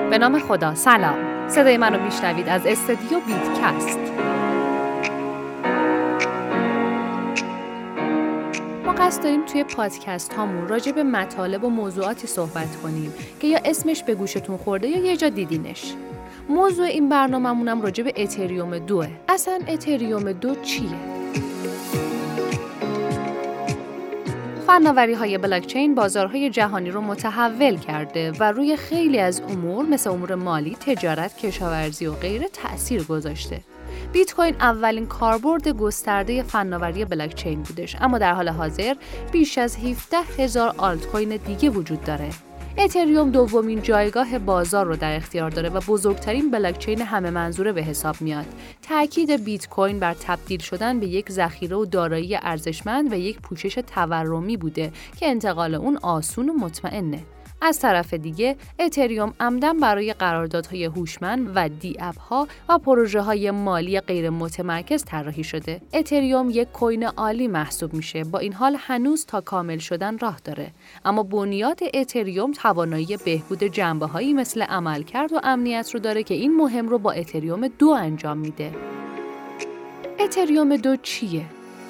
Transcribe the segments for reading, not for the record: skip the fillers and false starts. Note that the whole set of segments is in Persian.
به نام خدا، سلام. صدای منو میشنوید از استودیو بیتکست. ما قصد داریم توی پادکست هامون راجع به مطالب و موضوعاتی صحبت کنیم که یا اسمش به گوشتون خورده یا یه جا دیدینش. موضوع این برنامه‌مونم راجع به اتریوم 2. اصلا اتریوم 2 چیه؟ فناوری‌های بلاکچین بازارهای جهانی رو متحول کرده و روی خیلی از امور مثل امور مالی، تجارت، کشاورزی و غیره تأثیر گذاشته. بیت کوین اولین کاربرد گسترده فناوری بلاکچین بودش، اما در حال حاضر بیش از 17,000 آلت کوین دیگه وجود داره. اتریوم دومین جایگاه بازار رو در اختیار داره و بزرگترین بلاکچین همه منظوره به حساب میاد. تأکید بیت کوین بر تبدیل شدن به یک ذخیره و دارایی ارزشمند و یک پوشش تورمی بوده که انتقال اون آسون و مطمئنه. از طرف دیگه اتریوم عمدن برای قراردادهای هوشمند و دی-اپ‌ها و پروژه‌های مالی غیر متمرکز طراحی شده. اتریوم یک کوین عالی محسوب میشه، با این حال هنوز تا کامل شدن راه داره. اما بنیاد اتریوم توانایی بهبود جنبه‌هایی مثل عملکرد و امنیت رو داره که این مهم رو با اتریوم 2 انجام میده. اتریوم 2 چیه؟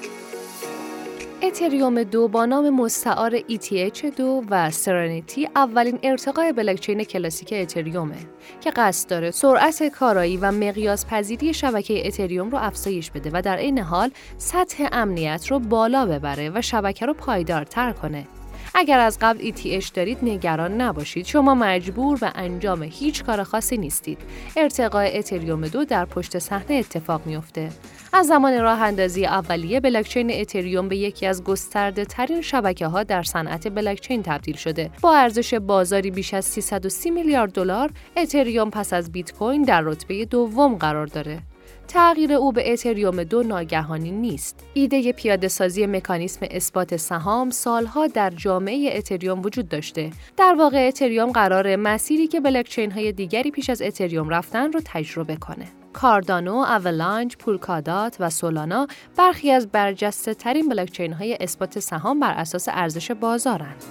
اتریوم 2 با نام مستعار ETH2 و سرنیتی اولین ارتقای بلاکچین کلاسیک اتریومه که قصد داره سرعت کارایی و مقیاس پذیری شبکه اتریوم رو افزایش بده و در عین حال سطح امنیت رو بالا ببره و شبکه رو پایدارتر کنه. اگر از قبل ETH دارید نگران نباشید، شما مجبور به انجام هیچ کار خاصی نیستید. ارتقای اتریوم 2 در پشت صحنه اتفاق میفته. از زمان راه اندازی اولیه بلاکچین اتریوم به یکی از گسترده ترین شبکه‌ها در صنعت بلاکچین تبدیل شده. با ارزش بازاری بیش از 330 میلیارد دلار، اتریوم پس از بیت کوین در رتبه دوم قرار داره. تغییر او به اتریوم 2 ناگهانی نیست. ایده پیاده‌سازی مکانیسم اثبات سهام سالها در جامعه اتریوم وجود داشته. در واقع اتریوم قراره مسیری که بلاکچین‌های دیگری پیش از اتریوم رفتن رو تجربه کنه. کاردانو، اولانچ، پولکادات و سولانا برخی از برجسته‌ترین بلاکچین‌های اثبات سهام بر اساس ارزش بازارند.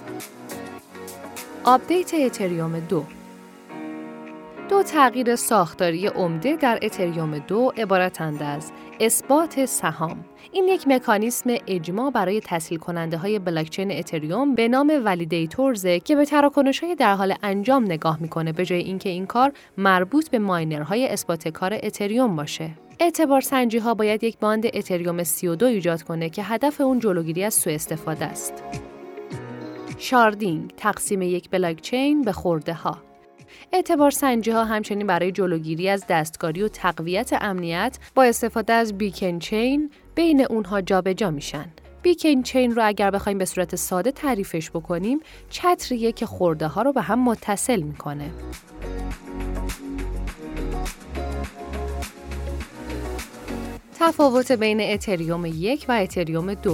آپدیت اتریوم 2. دو تغییر ساختاری عمده در اتریوم 2 عبارتند از اثبات سهام. این یک مکانیسم اجماع برای تسهیل کننده های بلاکچین اتریوم به نام ولیدیتورزه که به تراکنش‌های در حال انجام نگاه میکنه به جای اینکه این کار مربوط به ماینرهای اثبات کار اتریوم باشه. اعتبار سنجی ها باید یک باند اتریوم 32 ایجاد کنه که هدف اون جلوگیری از سوء استفاده است. شاردینگ، تقسیم یک بلاکچین به خرده ها. اعتبار سنجی ها همچنین برای جلوگیری از دستکاری و تقویت امنیت با استفاده از بیکن چین بین اونها جابجا میشن. بیکن چین رو اگر بخوایم به صورت ساده تعریفش بکنیم، چتریه که خرده ها رو به هم متصل میکنه. تفاوت بین اتریوم 1 و اتریوم 2.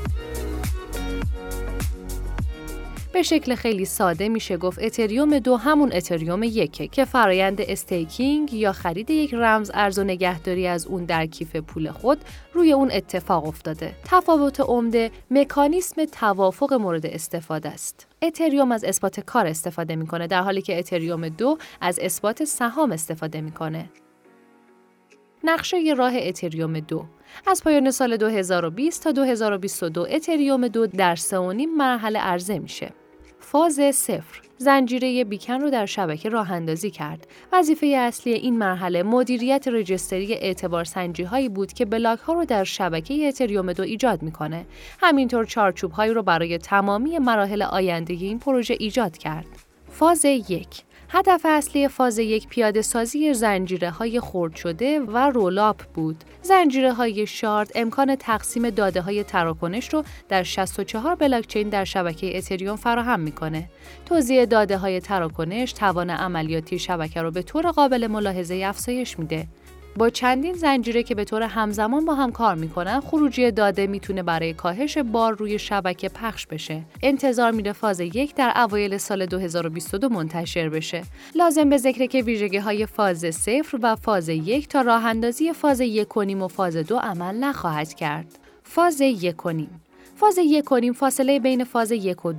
به شکل خیلی ساده میشه گفت اتریوم 2 همون اتریوم 1 که فرایند استیکینگ یا خرید یک رمز ارز و نگهداری از اون در کیف پول خود روی اون اتفاق افتاده. تفاوت عمده مکانیسم توافق مورد استفاده است. اتریوم از اثبات کار استفاده میکنه در حالی که اتریوم 2 از اثبات سهام استفاده میکنه. نقشه راه اتریوم 2. از پایان سال 2020 تا 2022 اتریوم 2 در 3.5 مرحله عرضه میشه. فاز 0. زنجیره بیکن رو در شبکه راه اندازی کرد. وظیفه اصلی این مرحله مدیریت رجستری اعتبار سنجی هایی بود که بلاک ها رو در شبکه اتریوم 2 ایجاد میکنه. همینطور چارچوب هایی رو برای تمامی مراحل آینده این پروژه ایجاد کرد. فاز 1. هدف اصلی فاز 1 پیاده سازی زنجیره‌های خرد شده و رول‌آپ بود. زنجیره‌های شارد امکان تقسیم داده‌های تراکنش رو در 64 بلاکچین در شبکه اتریوم فراهم می‌کنه. توزیع داده‌های تراکنش توان عملیاتی شبکه رو به طور قابل ملاحظه افزایش میده. با چندین زنجیره که به طور همزمان با هم کار میکنن، خروجی داده میتونه برای کاهش بار روی شبکه پخش بشه. انتظار میره فاز 1 در اوایل سال 2022 منتشر بشه. لازم به ذکره که ویژگی‌های فاز 0 و فاز 1 تا راه اندازی فاز 1.5 و فاز 2 عمل نخواهد کرد. فاز 1.5. فاز 1.5 فاصله بین فاز 1 و 2.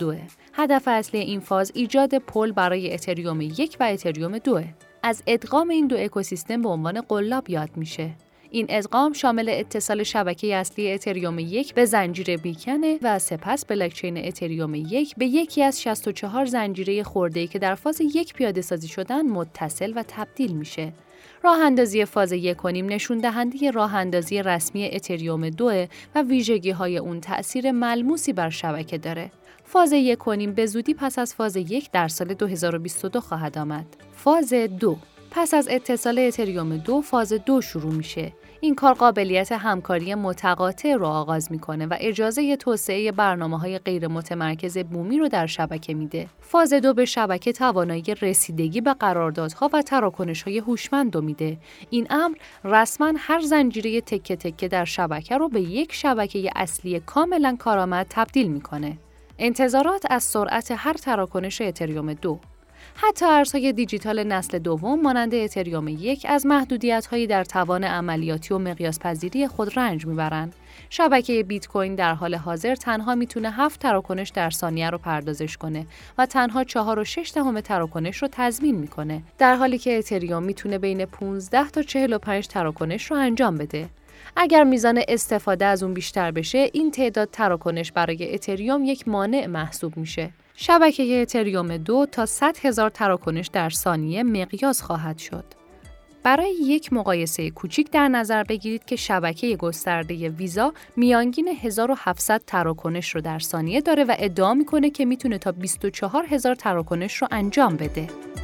هدف اصلی این فاز ایجاد پل برای اتریوم 1 و اتریوم 2. از ادغام این دو اکوسیستم به عنوان قلاب یاد میشه. این ادغام شامل اتصال شبکه اصلی اتریوم 1 به زنجیره بیکن و سپس بلاکچین اتریوم 1 به یکی از 64 زنجیره خورده‌ای که در فاز 1 پیاده سازی شدن متصل و تبدیل میشه. راه اندازی فاز 1.5 نشون دهنده راه اندازی رسمی اتریوم 2 و ویژگی‌های اون تأثیر ملموسی بر شبکه داره. فاز 1.5 به زودی پس از فاز 1 در سال 2022 خواهد آمد. فاز 2 پس از اتصال اتریوم 2 فاز 2 شروع میشه. این کار قابلیت همکاری متقاطع رو آغاز میکنه و اجازه توسعه برنامه‌های غیر متمرکز بومی رو در شبکه میده. فاز 2 به شبکه توانایی رسیدگی به قراردادها و تراکنش‌های هوشمند رو میده. این امر رسما هر زنجیره تکه تکه در شبکه رو به یک شبکه اصلی کاملا کارآمد تبدیل میکنه. انتظارات از سرعت هر تراکنش اتریوم 2. حتی ارزهای دیجیتال نسل دوم مانند اتریوم 1 از محدودیت‌هایی در توان عملیاتی و مقیاس پذیری خود رنج میبرند. شبکه بیت کوین در حال حاضر تنها میتونه 7 تراکنش در ثانیه رو پردازش کنه و تنها 4.6 تراکنش رو تضمین میکنه، در حالی که اتریوم میتونه بین 15 تا 45 تراکنش رو انجام بده. اگر میزان استفاده از اون بیشتر بشه، این تعداد تراکنش برای اتریوم یک مانع محسوب میشه. شبکه اتریوم 2 تا 100,000 تراکنش در ثانیه مقیاس خواهد شد. برای یک مقایسه کوچیک در نظر بگیرید که شبکه گسترده ویزا میانگین 1700 تراکنش رو در ثانیه داره و ادعا میکنه که میتونه تا 24,000 تراکنش رو انجام بده.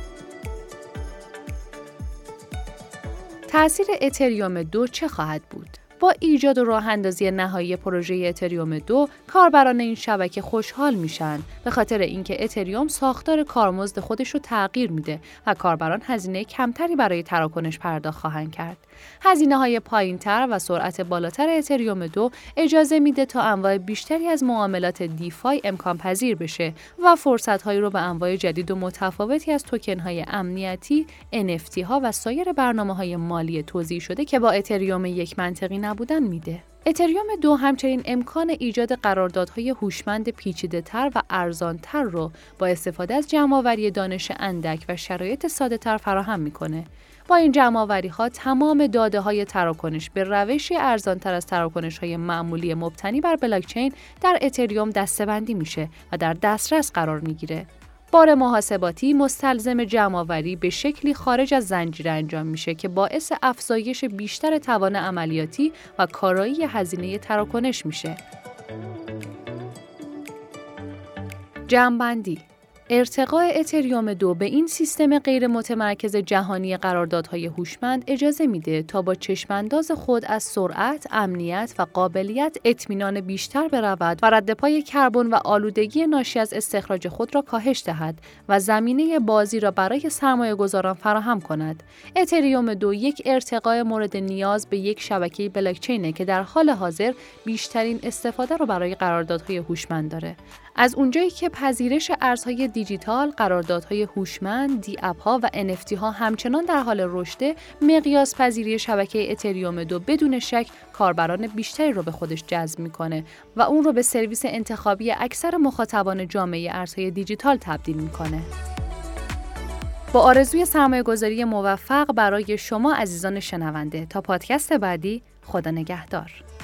تأثیر اتریوم 2 چه خواهد بود؟ با ایجاد و راه اندازی نهایی پروژه اتریوم 2، کاربران این شبکه خوشحال میشن به خاطر اینکه اتریوم ساختار کارمزد خودش رو تغییر میده و کاربران هزینه کمتری برای تراکنش پرداخت خواهند کرد. هزینه‌های پایین‌تر و سرعت بالاتر اتریوم 2 اجازه میده تا انواع بیشتری از معاملات دیفای امکان پذیر بشه و فرصت‌هایی رو به انواع جدید و متفاوتی از توکن‌های امنیتی، NFT ها و سایر برنامه‌های مالی توزیع شده که با اتریوم 1 منطقی نبودن میده. اتریوم 2 همچنین امکان ایجاد قراردادهای هوشمند پیچیده‌تر و ارزان‌تر رو با استفاده از جمع‌آوری دانش اندک و شرایط ساده‌تر فراهم میکنه. با این جمع‌آوری‌ها تمام داده‌های تراکنش به روشی ارزان‌تر از تراکنش‌های معمولی مبتنی بر بلاکچین در اتریوم دسته‌بندی میشه و در دسترس قرار میگیره. بار محاسباتی مستلزم جمع‌آوری به شکلی خارج از زنجیره انجام میشه که باعث افزایش بیشتر توان عملیاتی و کارایی هزینه تراکنش میشه. جمع‌بندی: ارتقاء اتریوم 2 به این سیستم غیر متمرکز جهانی قراردادهای هوشمند اجازه میده تا با چشمانداز خود از سرعت، امنیت و قابلیت اطمینان بیشتر برود و رد پای کربن و آلودگی ناشی از استخراج خود را کاهش دهد و زمینه بازی را برای سرمایه‌گذاران فراهم کند. اتریوم 2 یک ارتقاء مورد نیاز به یک شبکه بلاکچینه که در حال حاضر بیشترین استفاده را برای قراردادهای هوشمند داره. از اونجایی که پذیرش ارزهای دیجیتال، قراردادهای هوشمند، دی اپ ها و NFT ها همچنان در حال رشد، مقیاس پذیری شبکه اتریوم 2 بدون شک کاربران بیشتری رو به خودش جذب میکنه و اون رو به سرویس انتخابی اکثر مخاطبان جامعه ارزهای دیجیتال تبدیل میکنه. با آرزوی سرمایه‌گذاری موفق برای شما عزیزان شنونده، تا پادکست بعدی، خدا نگهدار.